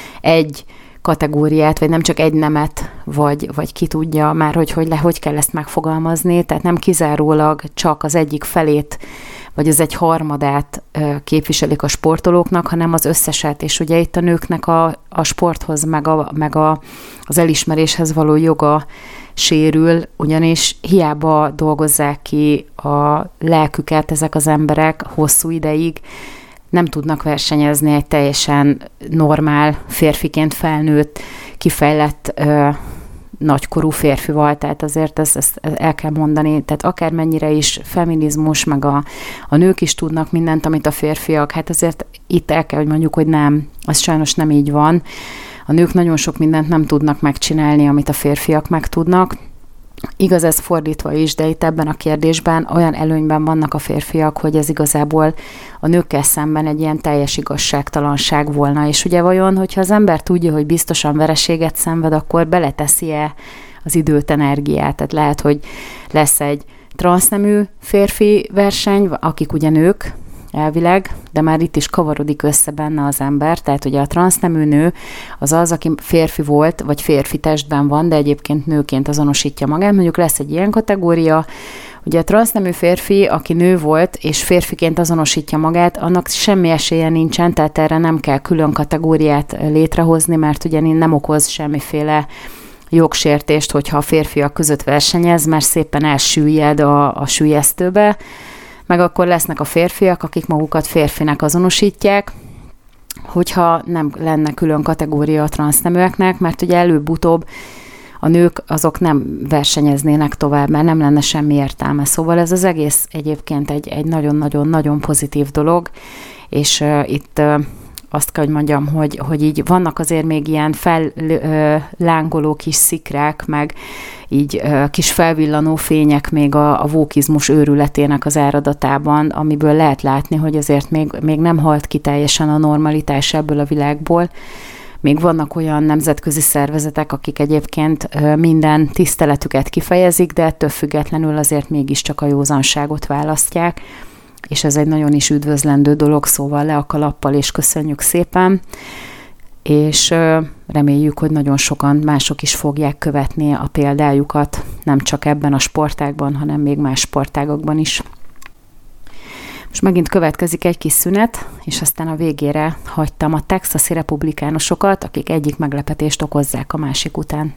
egy kategóriát, vagy nem csak egy nemet, vagy ki tudja már, hogy kell ezt megfogalmazni, tehát nem kizárólag csak az egyik felét, vagy az egy harmadát képviselik a sportolóknak, hanem az összeset, és ugye itt a nőknek a sporthoz, meg az elismeréshez való joga sérül, ugyanis hiába dolgozzák ki a lelküket ezek az emberek hosszú ideig, nem tudnak versenyezni egy teljesen normál, férfiként felnőtt, kifejlett nagykorú férfival, tehát azért ezt el kell mondani, tehát akármennyire is feminizmus, meg a nők is tudnak mindent, amit a férfiak, hát azért itt el kell, hogy mondjuk, hogy nem, az sajnos nem így van. A nők nagyon sok mindent nem tudnak megcsinálni, amit a férfiak meg tudnak. Igaz ez fordítva is, de itt ebben a kérdésben olyan előnyben vannak a férfiak, hogy ez igazából a nőkkel szemben egy ilyen teljes igazságtalanság volna. És ugye vajon, hogyha az ember tudja, hogy biztosan vereséget szenved, akkor beleteszi-e az időt, energiát? Tehát lehet, hogy lesz egy transznemű férfi verseny, akik ugye nők, elvileg, de már itt is kavarodik össze benne az ember, tehát ugye a transznemű nő az, aki férfi volt, vagy férfi testben van, de egyébként nőként azonosítja magát, mondjuk lesz egy ilyen kategória, ugye a transznemű férfi, aki nő volt, és férfiként azonosítja magát, annak semmi esélye nincsen, tehát erre nem kell külön kategóriát létrehozni, mert ugye nem okoz semmiféle jogsértést, hogyha a férfiak között versenyez, mert szépen elsüllyed a süllyesztőbe, meg akkor lesznek a férfiak, akik magukat férfinek azonosítják, hogyha nem lenne külön kategória a transzneműeknek, mert ugye előbb-utóbb a nők azok nem versenyeznének tovább, mert nem lenne semmi értelme. Szóval ez az egész egyébként egy nagyon-nagyon-nagyon pozitív dolog, és itt azt kell, hogy mondjam, hogy így vannak azért még ilyen fellángoló kis szikrák, meg így kis felvillanó fények még a vókizmus őrületének az áradatában, amiből lehet látni, hogy azért még nem halt ki teljesen a normalitás ebből a világból. Még vannak olyan nemzetközi szervezetek, akik egyébként minden tiszteletüket kifejezik, de ettől függetlenül azért mégiscsak a józanságot választják, és ez egy nagyon is üdvözlendő dolog, szóval le a kalappal, és köszönjük szépen, és reméljük, hogy nagyon sokan mások is fogják követni a példájukat, nem csak ebben a sportágban, hanem még más sportágokban is. Most megint következik egy kis szünet, és aztán a végére hagytam a texasi republikánusokat, akik egyik meglepetést okozzák a másik után.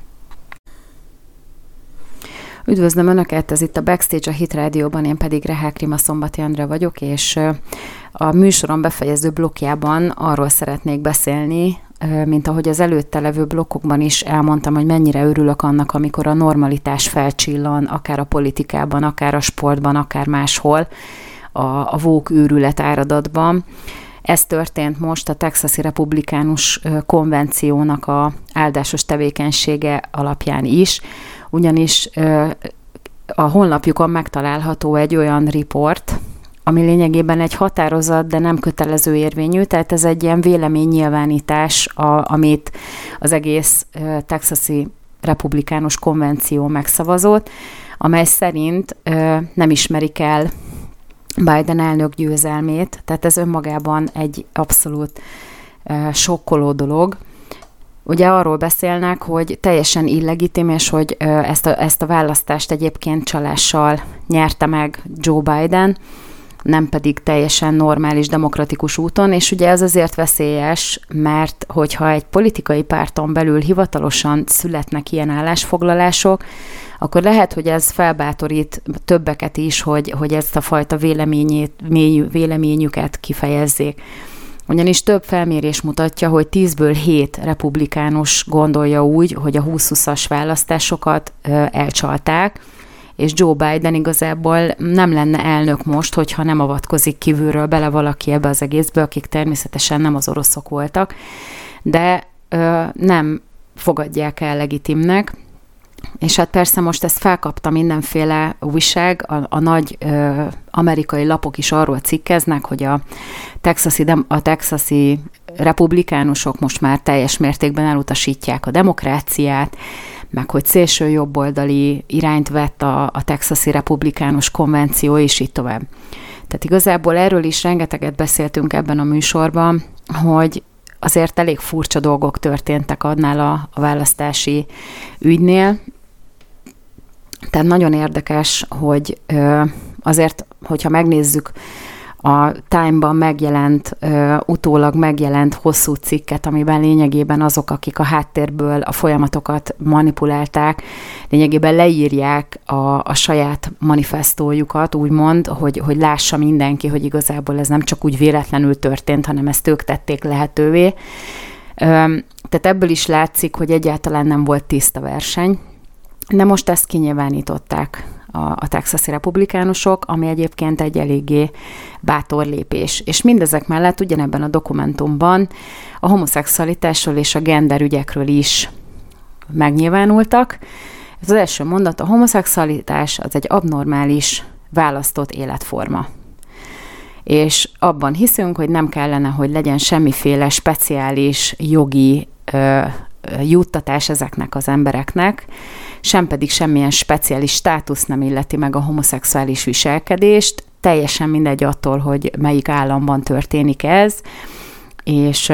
Üdvözlöm Önöket, ez itt a Backstage a Hit Rádióban, én pedig Rehák Rima Szombati Andrea vagyok, és a műsoron befejező blokkjában arról szeretnék beszélni, mint ahogy az előtte levő blokkokban is elmondtam, hogy mennyire örülök annak, amikor a normalitás felcsillan, akár a politikában, akár a sportban, akár máshol, a woke őrület áradatban. Ez történt most a texasi republikánus konvenciónak a áldásos tevékenysége alapján is, ugyanis a honlapjukon megtalálható egy olyan riport, ami lényegében egy határozat, de nem kötelező érvényű, tehát ez egy ilyen véleménynyilvánítás, amit az egész texasi republikánus konvenció megszavazott, amely szerint nem ismerik el Biden elnök győzelmét, tehát ez önmagában egy abszolút sokkoló dolog. Ugye arról beszélnek, hogy teljesen illegitim, és hogy ezt a választást egyébként csalással nyerte meg Joe Biden, nem pedig teljesen normális, demokratikus úton, és ugye ez azért veszélyes, mert hogyha egy politikai párton belül hivatalosan születnek ilyen állásfoglalások, akkor lehet, hogy ez felbátorít többeket is, hogy ezt a fajta véleményüket kifejezzék. Ugyanis több felmérés mutatja, hogy 10-ből 7 republikánus gondolja úgy, hogy a 2020-as választásokat elcsalták, és Joe Biden igazából nem lenne elnök most, hogyha nem avatkozik kívülről bele valaki ebbe az egészbe, akik természetesen nem az oroszok voltak, de nem fogadják el legitimnek. És hát persze most ezt felkapta mindenféle újság, a nagy amerikai lapok is arról cikkeznek, hogy a texasi republikánusok most már teljes mértékben elutasítják a demokráciát, meg hogy szélső jobboldali irányt vett a texasi republikánus konvenció, és így tovább. Tehát igazából erről is rengeteget beszéltünk ebben a műsorban, hogy azért elég furcsa dolgok történtek annál a választási ügynél. Tehát nagyon érdekes, hogy azért, hogyha megnézzük a Time-ban megjelent, utólag megjelent hosszú cikket, amiben lényegében azok, akik a háttérből a folyamatokat manipulálták, lényegében leírják a saját manifestójukat, úgymond, hogy lássa mindenki, hogy igazából ez nem csak úgy véletlenül történt, hanem ezt ők tették lehetővé. Tehát ebből is látszik, hogy egyáltalán nem volt tiszta verseny, de most ezt kinyilvánították a texasi republikánusok, ami egyébként egy eléggé bátor lépés. És mindezek mellett ugyanebben a dokumentumban a homoszexualitásról és a genderügyekről is megnyilvánultak. Ez az első mondat: a homoszexualitás az egy abnormális, választott életforma. És abban hiszünk, hogy nem kellene, hogy legyen semmiféle speciális jogi juttatás ezeknek az embereknek, sem pedig semmilyen speciális státusz nem illeti meg a homoszexuális viselkedést, teljesen mindegy attól, hogy melyik államban történik ez, és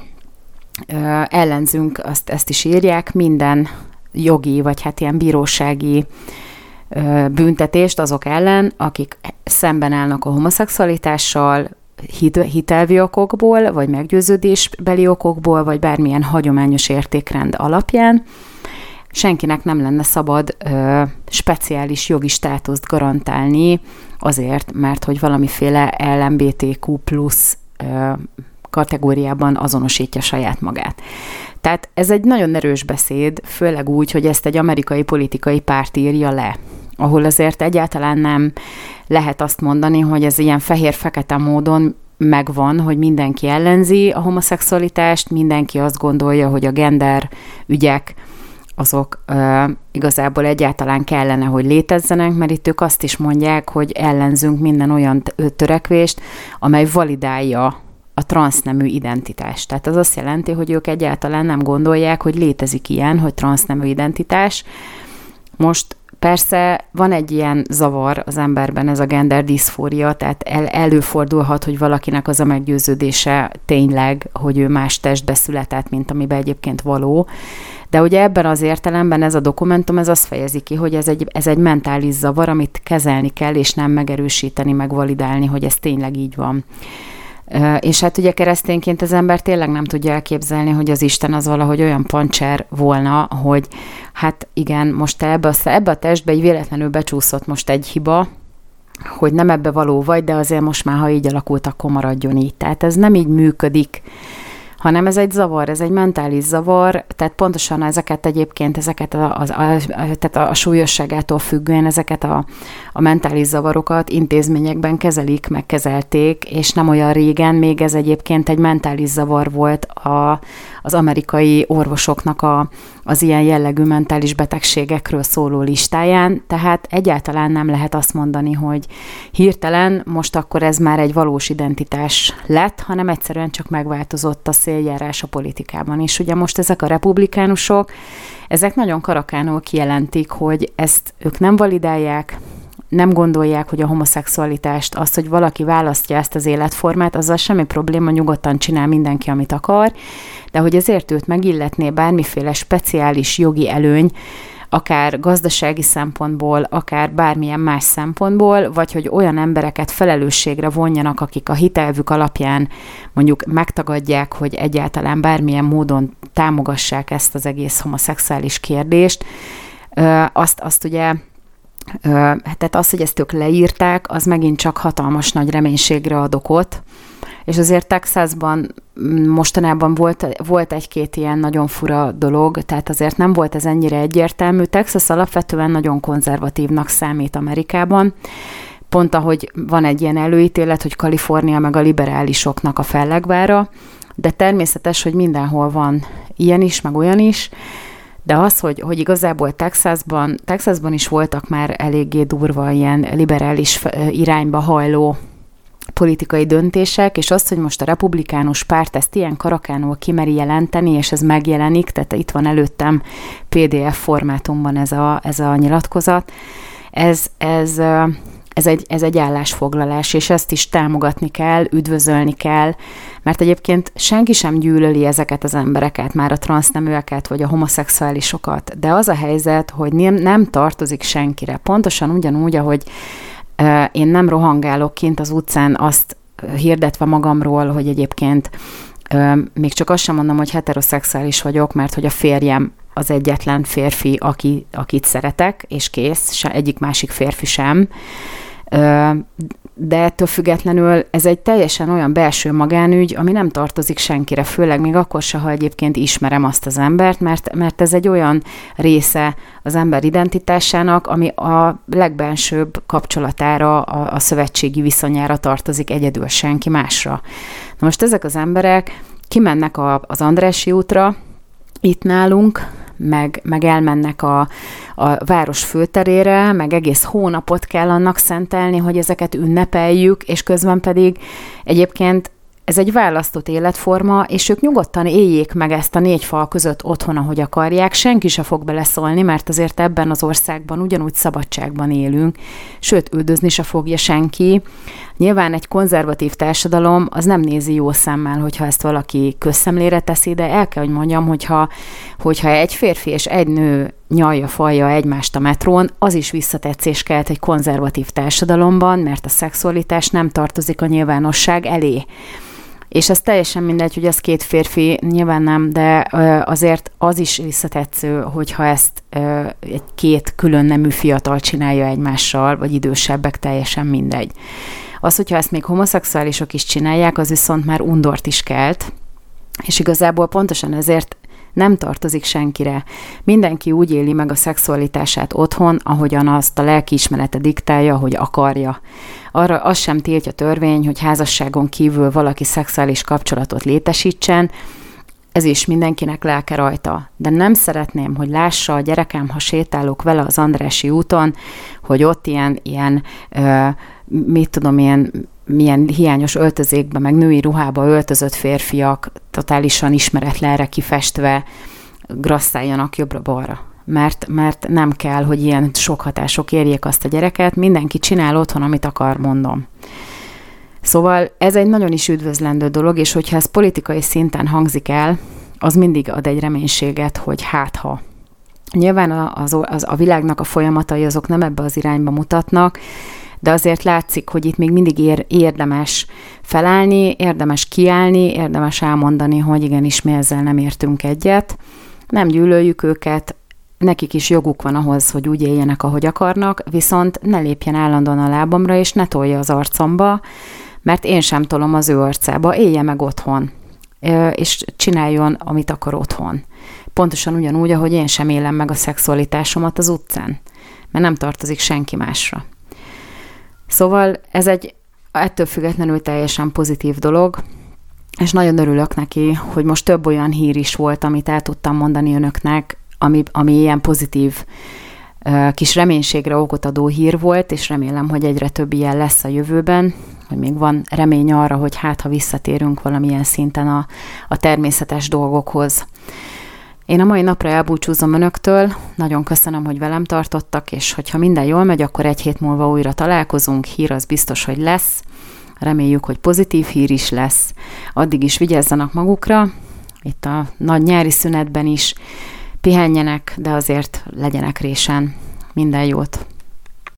ellenzünk, ezt is írják, minden jogi, vagy hát ilyen bírósági büntetést azok ellen, akik szemben állnak a homoszexualitással, hitelvi okokból, vagy meggyőződésbeli okokból, vagy bármilyen hagyományos értékrend alapján. Senkinek nem lenne szabad speciális jogi státuszt garantálni azért, mert hogy valamiféle LMBTQ plusz kategóriában azonosítja saját magát. Tehát ez egy nagyon erős beszéd, főleg úgy, hogy ezt egy amerikai politikai párt írja le, ahol azért egyáltalán nem lehet azt mondani, hogy ez ilyen fehér-fekete módon megvan, hogy mindenki ellenzi a homoszexualitást, mindenki azt gondolja, hogy a gender ügyek azok igazából egyáltalán kellene, hogy létezzenek, mert itt ők azt is mondják, hogy ellenzünk minden olyan törekvést, amely validálja a transznemű identitást. Tehát az azt jelenti, hogy ők egyáltalán nem gondolják, hogy létezik ilyen, hogy transznemű identitás. Most persze van egy ilyen zavar az emberben, ez a gender diszfória, tehát előfordulhat, hogy valakinek az a meggyőződése tényleg, hogy ő más testbe született, mint amiben egyébként való. De ugye ebben az értelemben ez a dokumentum, ez azt fejezi ki, hogy ez egy mentális zavar, amit kezelni kell, és nem megerősíteni, megvalidálni, hogy ez tényleg így van. És hát ugye keresztényként az ember tényleg nem tudja elképzelni, hogy az Isten az valahogy olyan pancser volna, hogy hát igen, most te ebbe a testbe így véletlenül becsúszott most egy hiba, hogy nem ebbe való vagy, de azért most már, ha így alakult, akkor maradjon így. Tehát ez nem így működik, hanem ez egy zavar, ez egy mentális zavar, tehát pontosan tehát a súlyosságától függően ezeket a mentális zavarokat intézményekben kezelik, megkezelték, és nem olyan régen még ez egyébként egy mentális zavar volt az amerikai orvosoknak az ilyen jellegű mentális betegségekről szóló listáján, tehát egyáltalán nem lehet azt mondani, hogy hirtelen most akkor ez már egy valós identitás lett, hanem egyszerűen csak megváltozott a széljárás a politikában. És ugye most ezek a republikánusok, ezek nagyon karakánul kijelentik, hogy ezt ők nem validálják, nem gondolják, hogy a homoszexualitást, azt, hogy valaki választja ezt az életformát, azzal semmi probléma, nyugodtan csinál mindenki, amit akar, de hogy ezért őt megilletné bármiféle speciális jogi előny, akár gazdasági szempontból, akár bármilyen más szempontból, vagy hogy olyan embereket felelősségre vonjanak, akik a hitelvük alapján mondjuk megtagadják, hogy egyáltalán bármilyen módon támogassák ezt az egész homoszexuális kérdést, azt ugye tehát az, hogy ezt ők leírták, az megint csak hatalmas nagy reménységre ad okot, és azért Texasban mostanában volt egy-két ilyen nagyon fura dolog, tehát azért nem volt ez ennyire egyértelmű. Texas alapvetően nagyon konzervatívnak számít Amerikában, pont ahogy van egy ilyen előítélet, hogy Kalifornia meg a liberálisoknak a fellegvára, de természetes, hogy mindenhol van ilyen is, meg olyan is, de az, hogy igazából Texasban is voltak már eléggé durva ilyen liberális irányba hajló politikai döntések, és az, hogy most a republikánus párt ezt ilyen karakánul kimeri jelenteni, és ez megjelenik, tehát itt van előttem PDF formátumban ez a nyilatkozat, ez egy állásfoglalás, és ezt is támogatni kell, üdvözölni kell, mert egyébként senki sem gyűlöli ezeket az embereket, már a transzneműeket, vagy a homoszexuálisokat, de az a helyzet, hogy nem tartozik senkire. Pontosan ugyanúgy, ahogy én nem rohangálok kint az utcán azt hirdetve magamról, hogy egyébként még csak azt sem mondom, hogy heteroszexuális vagyok, mert hogy a férjem az egyetlen férfi, akit szeretek, és kész, egyik másik férfi sem. De ettől függetlenül ez egy teljesen olyan belső magánügy, ami nem tartozik senkire, főleg még akkor se, ha egyébként ismerem azt az embert, mert ez egy olyan része az ember identitásának, ami a legbensőbb kapcsolatára, a szövetségi viszonyára tartozik, egyedül senki másra. Na most ezek az emberek kimennek az Andrássy útra, itt nálunk, meg elmennek a város főterére, meg egész hónapot kell annak szentelni, hogy ezeket ünnepeljük, és közben pedig egyébként ez egy választott életforma, és ők nyugodtan éljék meg ezt a 4 fal között otthon, ahogy akarják, senki se fog beleszólni, mert azért ebben az országban ugyanúgy szabadságban élünk, sőt, üldözni se fogja senki. Nyilván egy konzervatív társadalom az nem nézi jó szemmel, hogyha ezt valaki közszemlére teszi, de el kell, hogy mondjam, hogyha egy férfi és egy nő nyalja-falja egymást a metrón, az is visszatetszés kelt egy konzervatív társadalomban, mert a szexualitás nem tartozik a nyilvánosság elé. És ez teljesen mindegy, hogy az 2 férfi, nyilván nem, de azért az is visszatetsző, hogyha ezt egy 2 külön nemű fiatal csinálja egymással, vagy idősebbek, teljesen mindegy. Az, hogyha ezt még homoszexuálisok is csinálják, az viszont már undort is kelt, és igazából pontosan ezért nem tartozik senkire. Mindenki úgy éli meg a szexualitását otthon, ahogyan azt a lelkiismerete diktálja, hogy akarja. Arra az sem tiltja törvény, hogy házasságon kívül valaki szexuális kapcsolatot létesítsen, ez is mindenkinek lelke rajta. De nem szeretném, hogy lássa a gyerekem, ha sétálok vele az Andrássy úton, hogy ott ilyen milyen hiányos öltözékbe, meg női ruhába öltözött férfiak totálisan ismeretlenre kifestve grasszáljanak jobbra-balra. Mert nem kell, hogy ilyen sok hatások érjék azt a gyereket, mindenki csinál otthon, amit akar, mondom. Szóval ez egy nagyon is üdvözlendő dolog, és hogyha ez politikai szinten hangzik el, az mindig ad egy reménységet, hogy ha. Nyilván a világnak a folyamatai azok nem ebbe az irányba mutatnak, de azért látszik, hogy itt még mindig érdemes felállni, érdemes kiállni, érdemes elmondani, hogy igenis mi ezzel nem értünk egyet. Nem gyűlöljük őket, nekik is joguk van ahhoz, hogy úgy éljenek, ahogy akarnak, viszont ne lépjen állandóan a lábamra, és ne tolja az arcomba, mert én sem tolom az ő arcába, élje meg otthon, és csináljon, amit akar otthon. Pontosan ugyanúgy, ahogy én sem élem meg a szexualitásomat az utcán, mert nem tartozik senki másra. Szóval ez egy ettől függetlenül teljesen pozitív dolog, és nagyon örülök neki, hogy most több olyan hír is volt, amit el tudtam mondani önöknek, ami ilyen pozitív kis reménységre okot adó hír volt, és remélem, hogy egyre több ilyen lesz a jövőben, hogy még van remény arra, hogy ha visszatérünk valamilyen szinten a természetes dolgokhoz. Én a mai napra elbúcsúzom önöktől, nagyon köszönöm, hogy velem tartottak, és hogyha minden jól megy, akkor 1 hét múlva újra találkozunk, hír az biztos, hogy lesz. Reméljük, hogy pozitív hír is lesz. Addig is vigyázzanak magukra, itt a nagy nyári szünetben is pihenjenek, de azért legyenek résen. Minden jót!